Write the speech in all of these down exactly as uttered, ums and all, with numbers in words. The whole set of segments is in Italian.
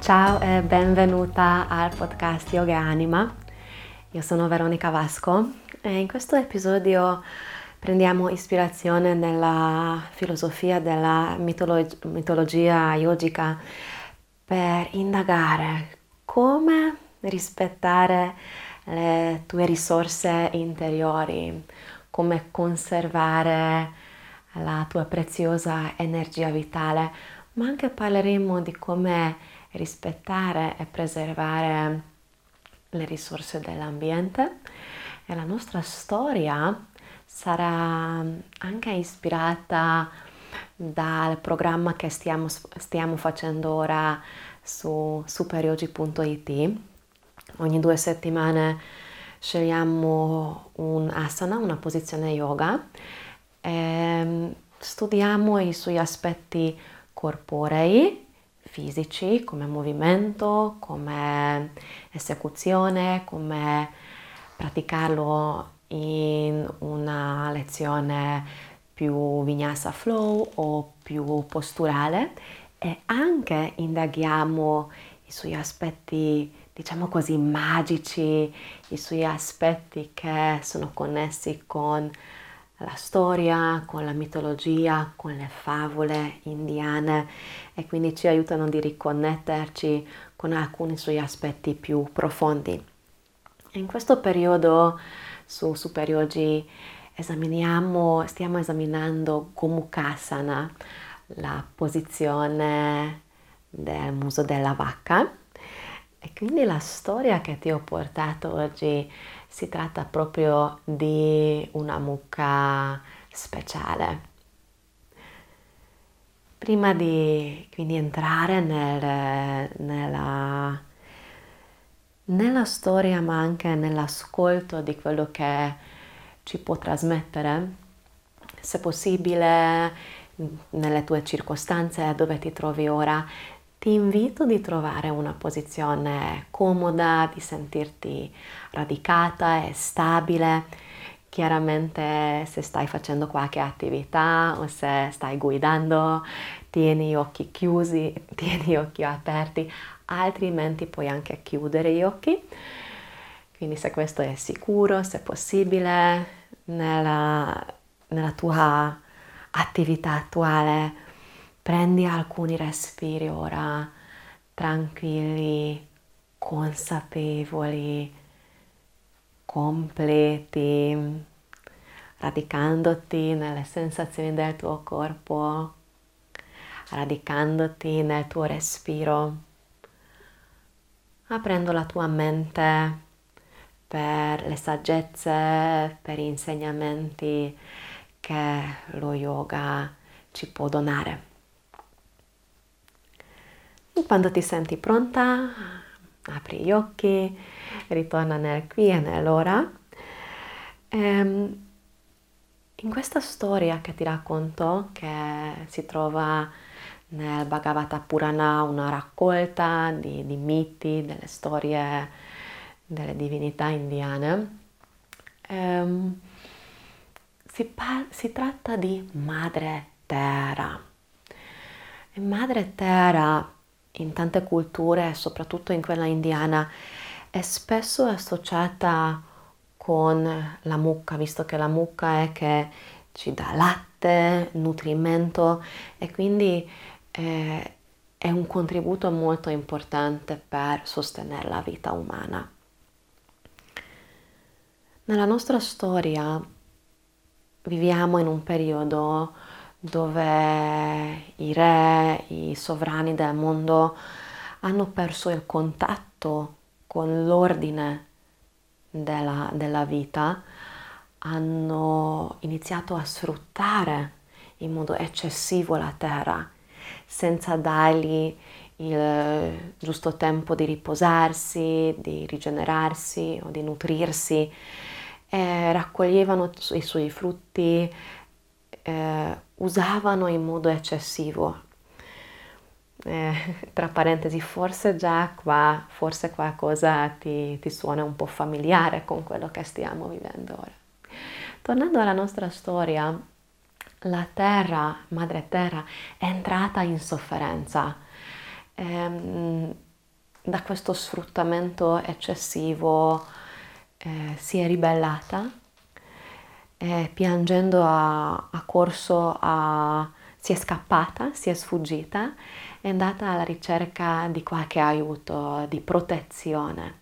Ciao e benvenuta al podcast Yoga e Anima. Io sono Veronica Vasco e in questo episodio prendiamo ispirazione nella filosofia della mitolog- mitologia yogica per indagare come rispettare le tue risorse interiori, come conservare la tua preziosa energia vitale, ma anche parleremo di come rispettare e preservare le risorse dell'ambiente e la nostra storia sarà anche ispirata dal programma che stiamo, stiamo facendo ora su superyogi punto it. Ogni due settimane scegliamo un asana, una posizione yoga e studiamo i suoi aspetti corporei, fisici, come movimento, come esecuzione, come praticarlo in una lezione più vinyasa flow o più posturale, e anche indaghiamo i suoi aspetti, diciamo così, magici, i suoi aspetti che sono connessi con la storia, con la mitologia, con le favole indiane, e quindi ci aiutano a riconnetterci con alcuni suoi aspetti più profondi. In questo periodo su Super Yogi esaminiamo, stiamo esaminando Gomukhasana, la posizione del muso della vacca, e quindi la storia che ti ho portato oggi si tratta proprio di una mucca speciale. Prima di quindi entrare nel, nella, nella storia, ma anche nell'ascolto di quello che ci può trasmettere, se possibile, nelle tue circostanze dove ti trovi ora, ti invito di trovare una posizione comoda, di sentirti radicata e stabile. Chiaramente se stai facendo qualche attività o se stai guidando, tieni gli occhi chiusi, tieni gli occhi aperti, altrimenti puoi anche chiudere gli occhi. Quindi se questo è sicuro, se possibile, nella, nella tua attività attuale, prendi alcuni respiri ora, tranquilli, consapevoli, completi, radicandoti nelle sensazioni del tuo corpo, radicandoti nel tuo respiro, aprendo la tua mente per le saggezze, per gli insegnamenti che lo yoga ci può donare. Quando ti senti pronta, apri gli occhi, ritorna nel qui e nell'ora. Ehm, in questa storia che ti racconto, che si trova nel Bhagavata Purana, una raccolta di, di miti, delle storie delle divinità indiane, ehm, si, par- si tratta di Madre Terra. E Madre Terra in tante culture, soprattutto in quella indiana, è spesso associata con la mucca, visto che la mucca è che ci dà latte, nutrimento, e quindi eh, è un contributo molto importante per sostenere la vita umana. Nella nostra storia viviamo in un periodo dove i re, i sovrani del mondo hanno perso il contatto con l'ordine della, della vita, hanno iniziato a sfruttare in modo eccessivo la terra, senza dargli il giusto tempo di riposarsi, di rigenerarsi o di nutrirsi, e raccoglievano i suoi frutti, eh, usavano in modo eccessivo. Eh, tra parentesi, forse già qua, forse qualcosa ti, ti suona un po' familiare con quello che stiamo vivendo ora. Tornando alla nostra storia, la terra, Madre Terra, è entrata in sofferenza. Ehm, da questo sfruttamento eccessivo eh, si è ribellata e piangendo ha, ha corso, a, si è scappata, si è sfuggita, è andata alla ricerca di qualche aiuto, di protezione.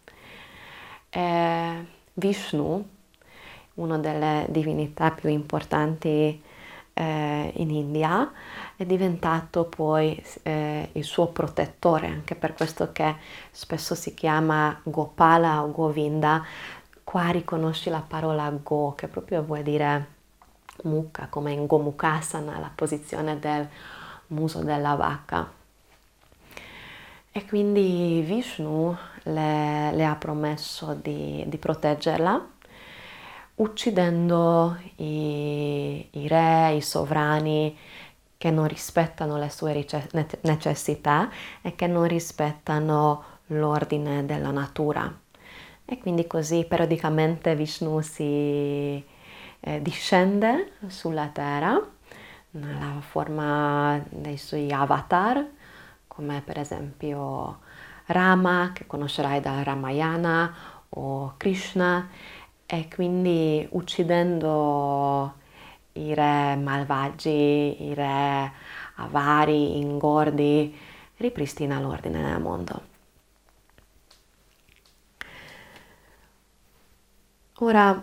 E Vishnu, una delle divinità più importanti eh, in India, è diventato poi eh, il suo protettore, anche per questo che spesso si chiama Gopala o Govinda. Qua riconosci la parola Go, che proprio vuol dire mucca, come in Gomukhasana, la posizione del muso della vacca. E quindi Vishnu le, le ha promesso di, di proteggerla, uccidendo i, i re, i sovrani che non rispettano le sue necessità e che non rispettano l'ordine della natura. E quindi così periodicamente Vishnu si eh, discende sulla terra nella forma dei suoi avatar, come per esempio Rama, che conoscerai dal Ramayana, o Krishna, e quindi uccidendo i re malvagi, i re avari, ingordi, ripristina l'ordine nel mondo. Ora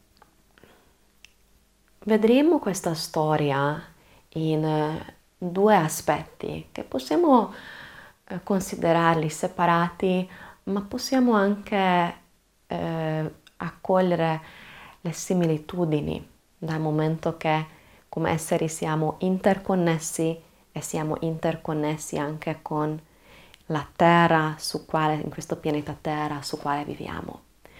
vedremo questa storia in due aspetti che possiamo considerarli separati, ma possiamo anche eh, accogliere le similitudini, dal momento che come esseri siamo interconnessi e siamo interconnessi anche con la terra su quale, in questo pianeta Terra su quale viviamo.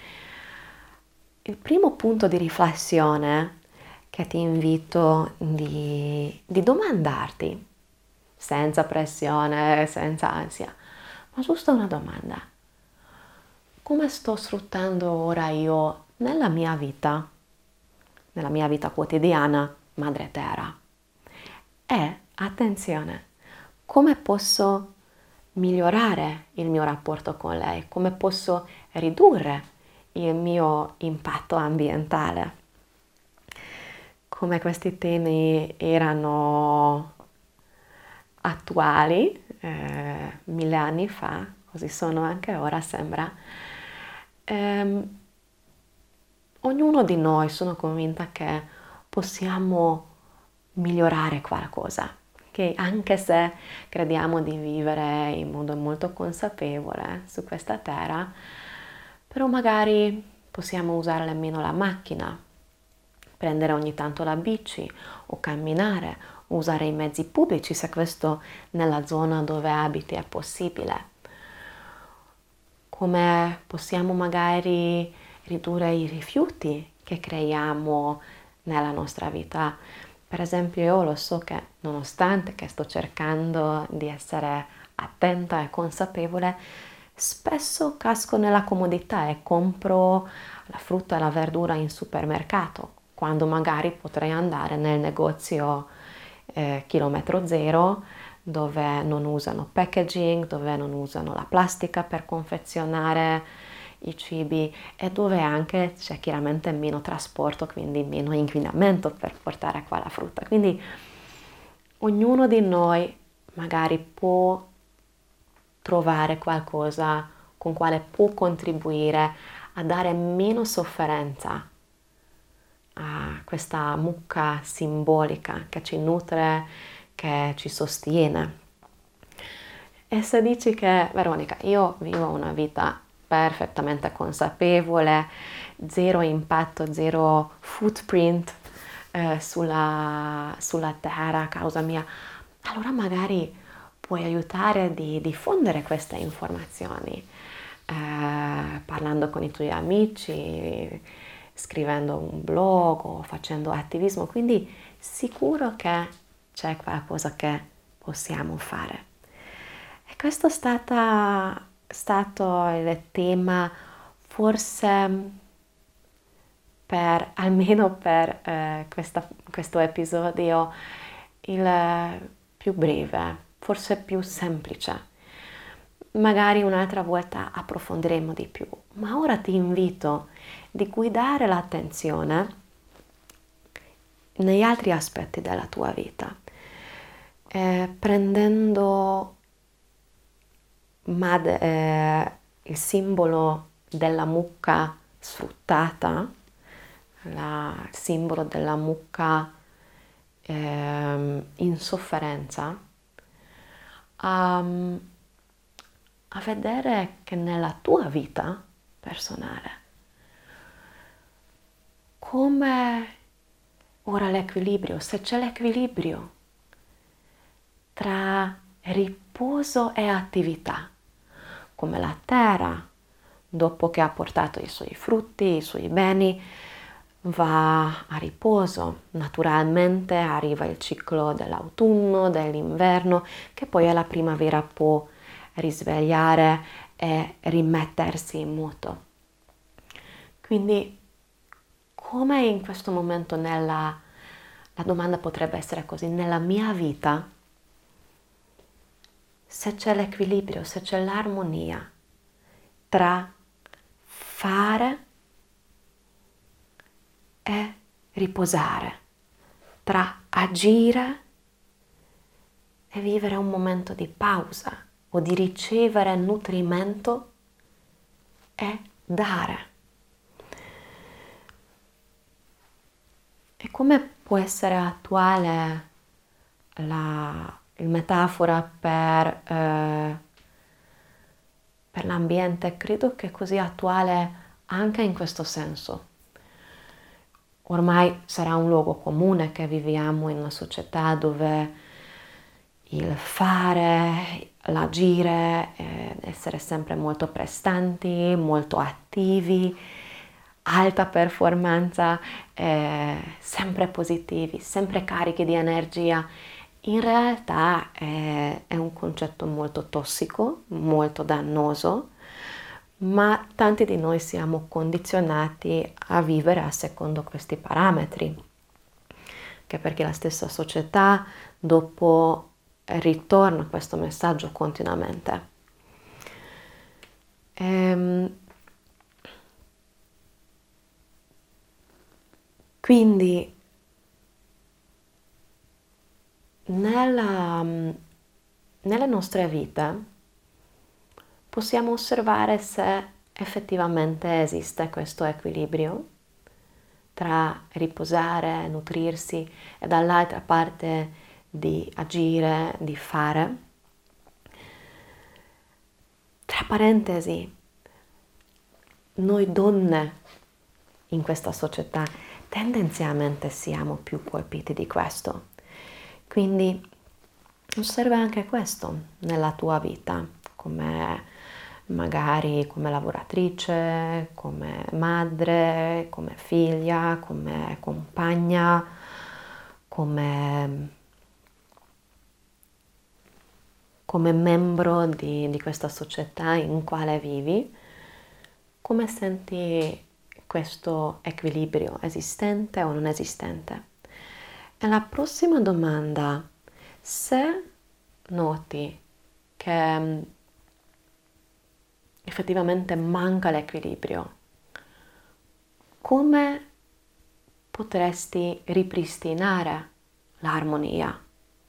Il primo punto di riflessione che ti invito di, di domandarti, senza pressione, senza ansia, ma giusto una domanda. Come sto sfruttando ora io nella mia vita, nella mia vita quotidiana, Madre Terra? E, attenzione, come posso migliorare il mio rapporto con lei? Come posso ridurre il mio impatto ambientale? Come questi temi erano attuali eh, mille anni fa, così sono anche ora, sembra. Ehm, ognuno di noi, sono convinta che possiamo migliorare qualcosa, che anche se crediamo di vivere in modo molto consapevole su questa terra, però magari possiamo usare almeno la macchina, prendere ogni tanto la bici o camminare, usare i mezzi pubblici se questo nella zona dove abiti è possibile. Come possiamo magari ridurre i rifiuti che creiamo nella nostra vita. Per esempio io lo so che nonostante che sto cercando di essere attenta e consapevole, spesso casco nella comodità e compro la frutta e la verdura in supermercato, quando magari potrei andare nel negozio eh, chilometro zero, dove non usano packaging, dove non usano la plastica per confezionare i cibi e dove anche c'è chiaramente meno trasporto, quindi meno inquinamento per portare qua la frutta. Quindi ognuno di noi magari può trovare qualcosa con quale può contribuire a dare meno sofferenza a questa mucca simbolica che ci nutre, che ci sostiene. E se dici che, Veronica, io vivo una vita perfettamente consapevole, zero impatto, zero footprint eh, sulla, sulla terra a causa mia, allora magari puoi aiutare a di diffondere queste informazioni, eh, parlando con i tuoi amici, scrivendo un blog o facendo attivismo, quindi sicuro che c'è qualcosa che possiamo fare. E questo è stata, stato il tema forse per, almeno per eh, questa, questo episodio, il più breve, forse più semplice. magari un'altra volta approfondiremo di più, ma ora ti invito di guidare l'attenzione negli altri aspetti della tua vita, eh, prendendo mad- eh, il simbolo della mucca sfruttata, la- il simbolo della mucca eh, in sofferenza, a, a vedere che nella tua vita personale come ora l'equilibrio, se c'è l'equilibrio tra riposo e attività, come la terra, dopo che ha portato i suoi frutti, i suoi beni, va a riposo. Naturalmente arriva il ciclo dell'autunno, dell'inverno, che poi alla primavera può risvegliare e rimettersi in moto. Quindi, come in questo momento nella, la domanda potrebbe essere così, nella mia vita, se c'è l'equilibrio, se c'è l'armonia tra fare e riposare, tra agire e vivere un momento di pausa o di ricevere nutrimento e dare. E come può essere attuale la il metafora per, eh, per l'ambiente? Credo che è così attuale anche in questo senso. Ormai sarà un luogo comune che viviamo in una società dove il fare, l'agire, eh, essere sempre molto prestanti, molto attivi, alta performance, eh, sempre positivi, sempre carichi di energia. In realtà è, è un concetto molto tossico, molto dannoso, ma tanti di noi siamo condizionati a vivere a secondo questi parametri, che perché la stessa società dopo ritorna questo messaggio continuamente. Ehm, quindi nella, nelle nostre vite possiamo osservare se effettivamente esiste questo equilibrio tra riposare, nutrirsi e dall'altra parte di agire, di fare. Tra parentesi, noi donne in questa società tendenzialmente siamo più colpiti di questo. Quindi osserva anche questo nella tua vita, come magari come lavoratrice, come madre, come figlia, come compagna, come, come membro di, di questa società in quale vivi, come senti questo equilibrio esistente o non esistente? E la prossima domanda, se noti che effettivamente manca l'equilibrio, come potresti ripristinare l'armonia?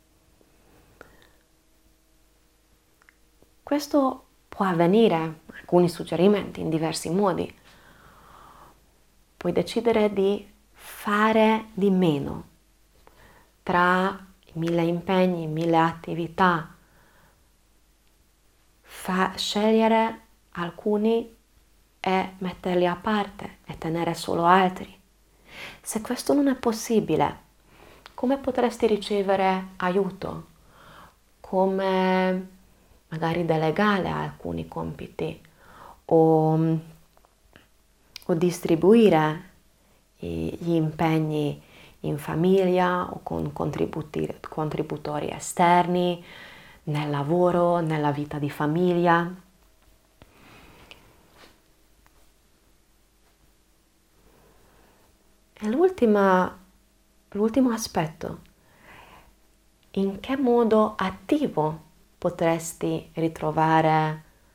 Questo può avvenire, alcuni suggerimenti, in diversi modi. Puoi decidere di fare di meno tra mille impegni, mille attività, fa, scegliere alcuni e metterli a parte e tenere solo altri. Se questo non è possibile, come potresti ricevere aiuto? Come magari delegare alcuni compiti o, o distribuire gli impegni in famiglia o con contributori esterni, nel lavoro, nella vita di famiglia. E l'ultima, l'ultimo aspetto, in che modo attivo potresti ritrovare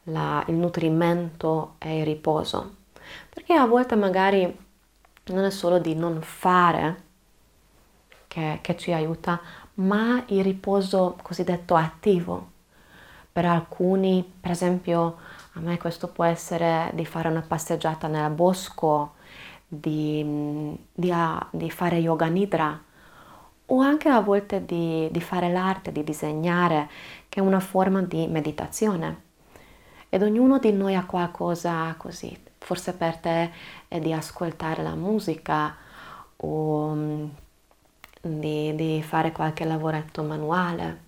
la, il nutrimento e il riposo. Perché a volte magari non è solo di non fare che, che ci aiuta, ma il riposo cosiddetto attivo. Per alcuni, per esempio, a me questo può essere di fare una passeggiata nel bosco, di, di, di fare yoga nidra, o anche a volte di, di fare l'arte, di disegnare, che è una forma di meditazione. Ed ognuno di noi ha qualcosa così. Forse per te è di ascoltare la musica o mm, di, di fare qualche lavoretto manuale,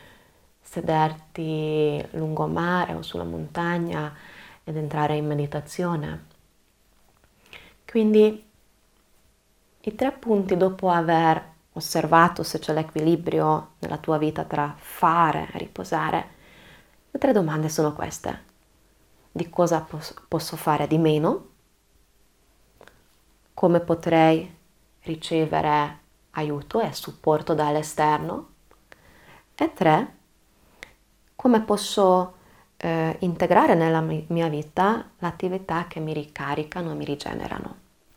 sederti lungomare o sulla montagna ed entrare in meditazione. Quindi i tre punti, dopo aver osservato se c'è l'equilibrio nella tua vita tra fare e riposare, le tre domande sono queste: di cosa posso fare di meno, come potrei ricevere aiuto e supporto dall'esterno, e tre, come posso eh, integrare nella mia vita l'attività che mi ricaricano e mi rigenerano.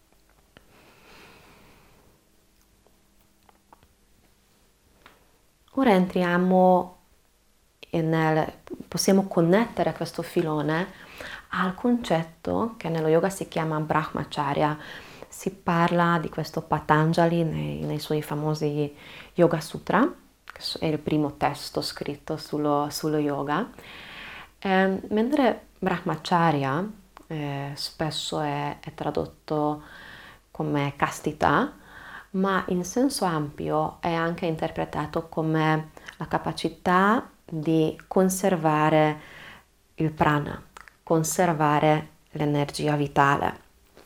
Ora entriamo nel, possiamo connettere questo filone al concetto che nello yoga si chiama Brahmacharya. Si parla di questo Patanjali nei, nei suoi famosi Yoga Sutra, che è il primo testo scritto sullo, sullo yoga, eh, mentre Brahmacharya eh, spesso è, è tradotto come castità, ma in senso ampio è anche interpretato come la capacità di conservare il prana, conservare l'energia vitale.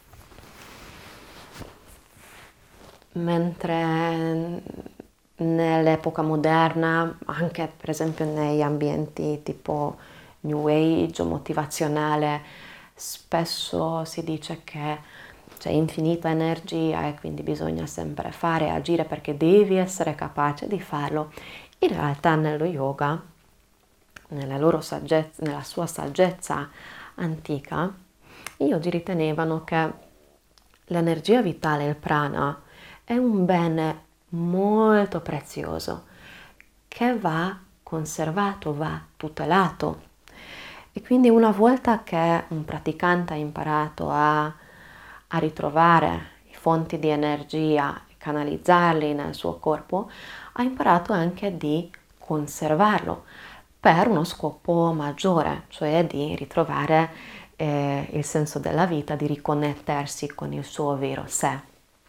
Mentre nell'epoca moderna, anche per esempio negli ambienti tipo New Age o motivazionale, spesso si dice che c'è infinita energia e quindi bisogna sempre fare e agire perché devi essere capace di farlo. In realtà nello yoga, nella, loro saggezza, nella sua saggezza antica, gli yogi ritenevano che l'energia vitale, il prana, è un bene molto prezioso che va conservato, va tutelato. E quindi una volta che un praticante ha imparato a a ritrovare i fonti di energia e canalizzarli nel suo corpo, ha imparato anche di conservarlo per uno scopo maggiore, cioè di ritrovare eh, il senso della vita, di riconnettersi con il suo vero sé.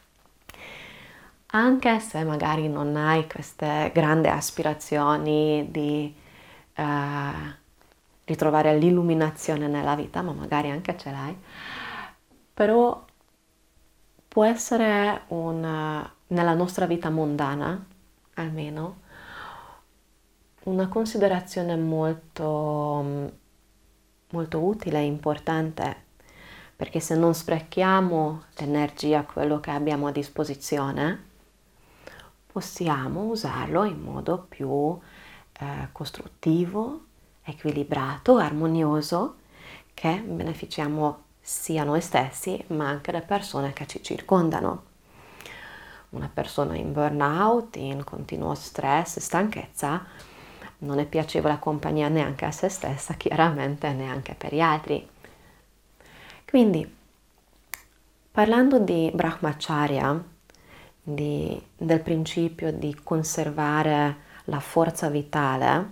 Anche se magari non hai queste grandi aspirazioni di eh, ritrovare l'illuminazione nella vita, ma magari anche ce l'hai, però può essere un, nella nostra vita mondana, almeno, una considerazione molto, molto utile e importante, perché se non sprechiamo l'energia, quello che abbiamo a disposizione, possiamo usarlo in modo più eh, costruttivo, equilibrato, armonioso, che beneficiamo sia noi stessi ma anche le persone che ci circondano. Una persona in burnout, in continuo stress e stanchezza, non è piacevole la compagnia neanche a se stessa, chiaramente neanche per gli altri. Quindi, parlando di Brahmacharya, di, del principio di conservare la forza vitale,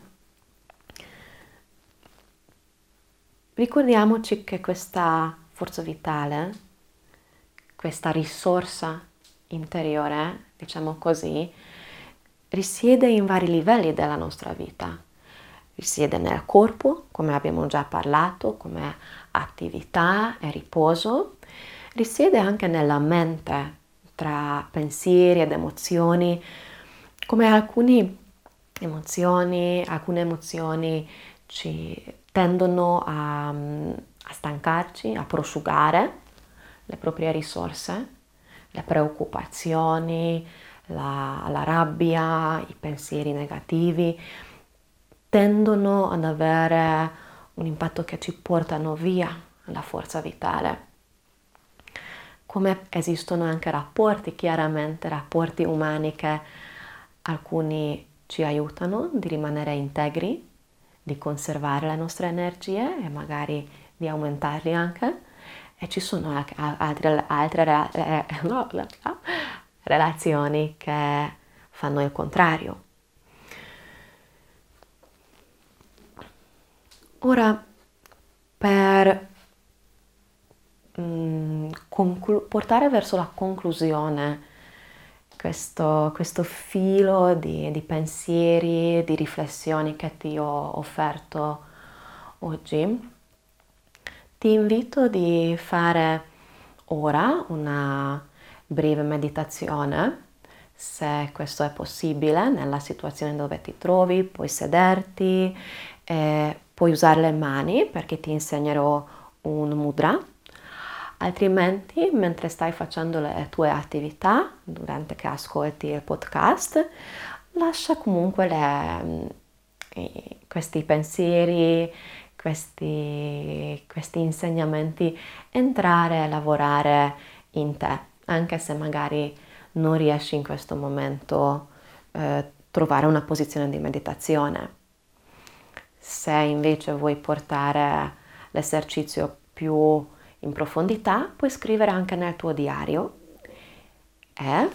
ricordiamoci che questa forza vitale, questa risorsa interiore, diciamo così, risiede in vari livelli della nostra vita. Risiede nel corpo, come abbiamo già parlato, come attività e riposo. Risiede anche nella mente, tra pensieri ed emozioni, come alcune emozioni, alcune emozioni ci tendono a, a stancarci, a prosciugare le proprie risorse, le preoccupazioni, la, la rabbia, i pensieri negativi, tendono ad avere un impatto che ci portano via la forza vitale. Come esistono anche rapporti, chiaramente rapporti umani che alcuni ci aiutano di rimanere integri, di conservare le nostre energie e magari di aumentarli anche, e ci sono anche altre, altre eh, no, relazioni che fanno il contrario. Ora, per mm, conclu- portare verso la conclusione questo, questo filo di, di pensieri, di riflessioni che ti ho offerto oggi, ti invito di fare ora una breve meditazione, se questo è possibile, nella situazione dove ti trovi, puoi sederti, eh, puoi usare le mani perché ti insegnerò un mudra, altrimenti mentre stai facendo le tue attività, durante che ascolti il podcast, lascia comunque le, questi pensieri, questi, questi insegnamenti entrare e lavorare in te, anche se magari non riesci in questo momento a eh, trovare una posizione di meditazione. Se invece vuoi portare l'esercizio più in profondità, puoi scrivere anche nel tuo diario e,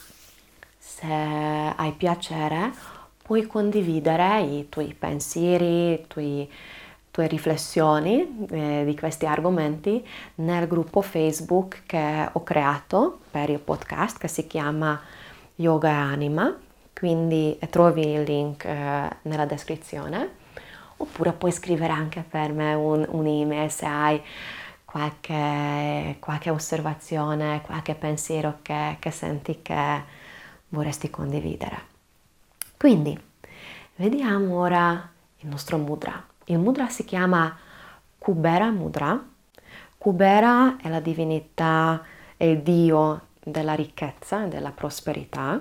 se hai piacere, puoi condividere i tuoi pensieri, i tuoi tue riflessioni eh, di questi argomenti nel gruppo Facebook che ho creato per il podcast, che si chiama Yoga e Anima, quindi trovi il link eh, nella descrizione, oppure puoi scrivere anche per me un, un'email se hai qualche, qualche osservazione, qualche pensiero che, che senti che vorresti condividere. Quindi vediamo ora il nostro mudra. Il mudra si chiama Kubera Mudra. Kubera è la divinità, è il dio della ricchezza e della prosperità.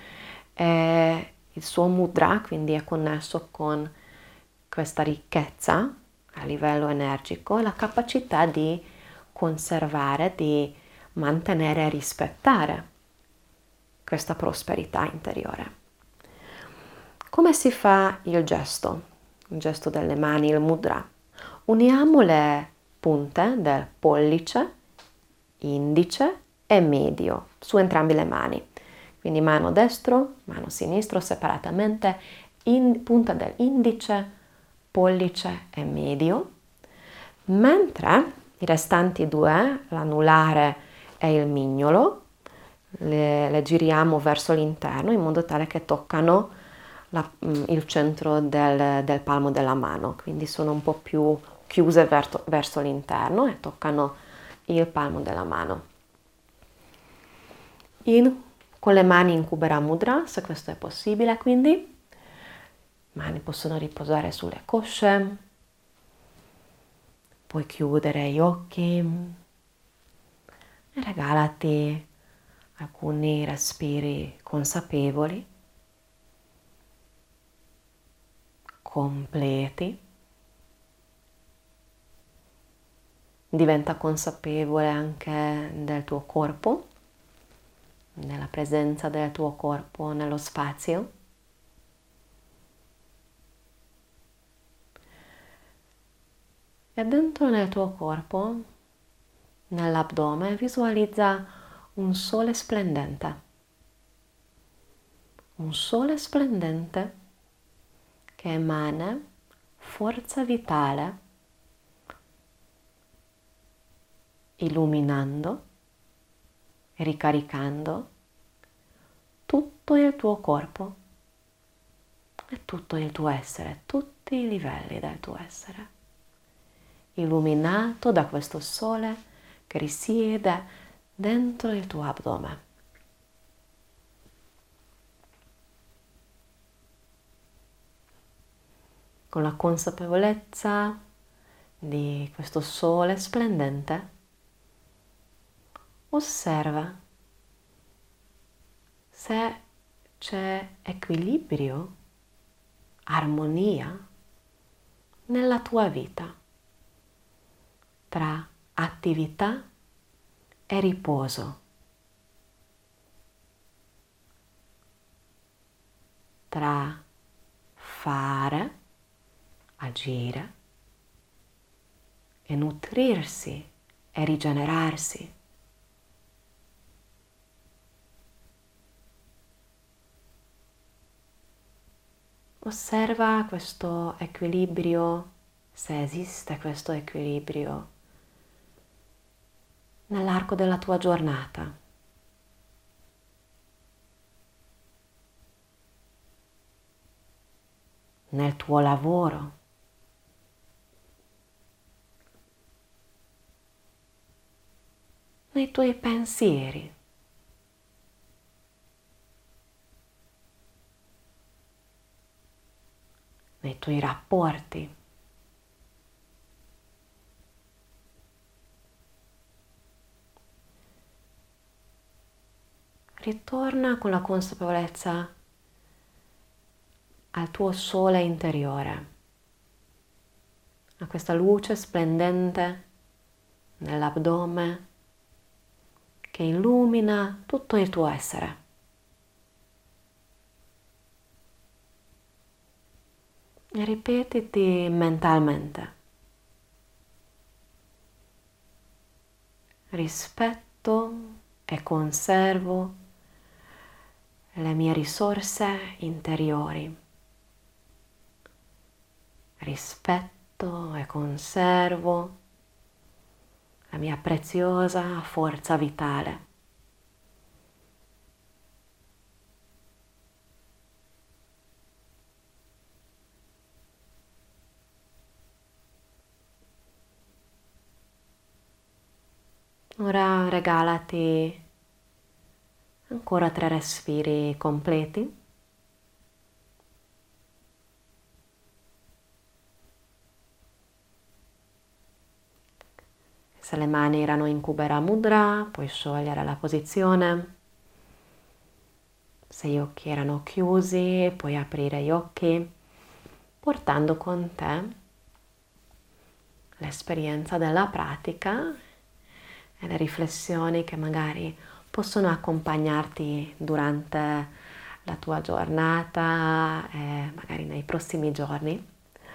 E il suo mudra quindi è connesso con questa ricchezza a livello energico e la capacità di conservare, di mantenere e rispettare questa prosperità interiore. Come si fa il gesto? Il gesto delle mani, il mudra. Uniamo le punte del pollice, indice e medio su entrambe le mani. Quindi mano destro, mano sinistro separatamente, in, punta dell'indice, pollice e medio, mentre i restanti due, l'anulare e il mignolo, le, le giriamo verso l'interno in modo tale che toccano la, il centro del, del palmo della mano, quindi sono un po' più chiuse verso, verso l'interno e toccano il palmo della mano. In, con le mani in Kubera Mudra, se questo è possibile, quindi le mani possono riposare sulle cosce, puoi chiudere gli occhi e regalati alcuni respiri consapevoli, completi. Diventa consapevole anche del tuo corpo, nella presenza del tuo corpo nello spazio. E dentro nel tuo corpo, nell'addome, visualizza un sole splendente. Un sole splendente che emana forza vitale, illuminando e ricaricando tutto il tuo corpo e tutto il tuo essere, tutti i livelli del tuo essere, illuminato da questo sole che risiede dentro il tuo addome. Con la consapevolezza di questo sole splendente, osserva se c'è equilibrio, armonia nella tua vita, tra attività e riposo, tra fare, agire e nutrirsi e rigenerarsi. Osserva questo equilibrio, se esiste questo equilibrio, nell'arco della tua giornata. Nel tuo lavoro. Nei tuoi pensieri. Nei tuoi rapporti. Ritorna con la consapevolezza al tuo sole interiore, a questa luce splendente nell'addome che illumina tutto il tuo essere. E ripetiti mentalmente: rispetto e conservo le mie risorse interiori. Rispetto e conservo la mia preziosa forza vitale. Ora regalati ancora tre respiri completi. Se le mani erano in Kubera Mudra, puoi sciogliere la posizione. Se gli occhi erano chiusi, puoi aprire gli occhi, portando con te l'esperienza della pratica e le riflessioni che magari possono accompagnarti durante la tua giornata e magari nei prossimi giorni.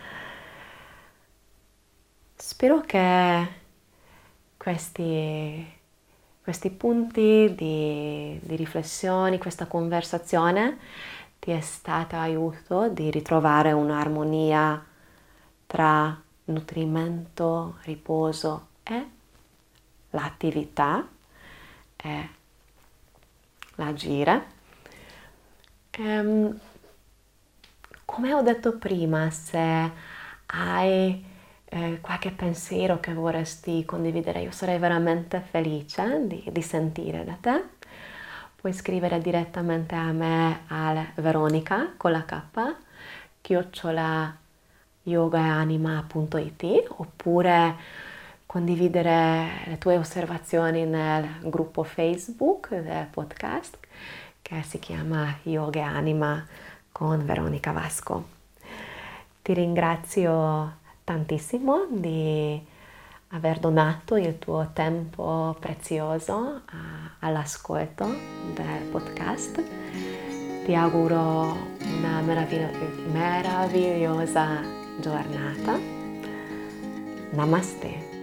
Spero che questi, questi punti di, di riflessione, questa conversazione ti è stata aiuto di ritrovare un'armonia tra nutrimento, riposo e l'attività e l'agire. Ehm, come ho detto prima, se hai eh, qualche pensiero che vorresti condividere, io sarei veramente felice di, di sentire da te. Puoi scrivere direttamente a me al Veronica con la K, chiocciola yogaanima punto it, oppure condividere le tue osservazioni nel gruppo Facebook del podcast che si chiama Yoga Anima con Veronica Vasco. Ti ringrazio tantissimo di aver donato il tuo tempo prezioso a, all'ascolto del podcast. Ti auguro una meravigli- meravigliosa giornata. Namaste.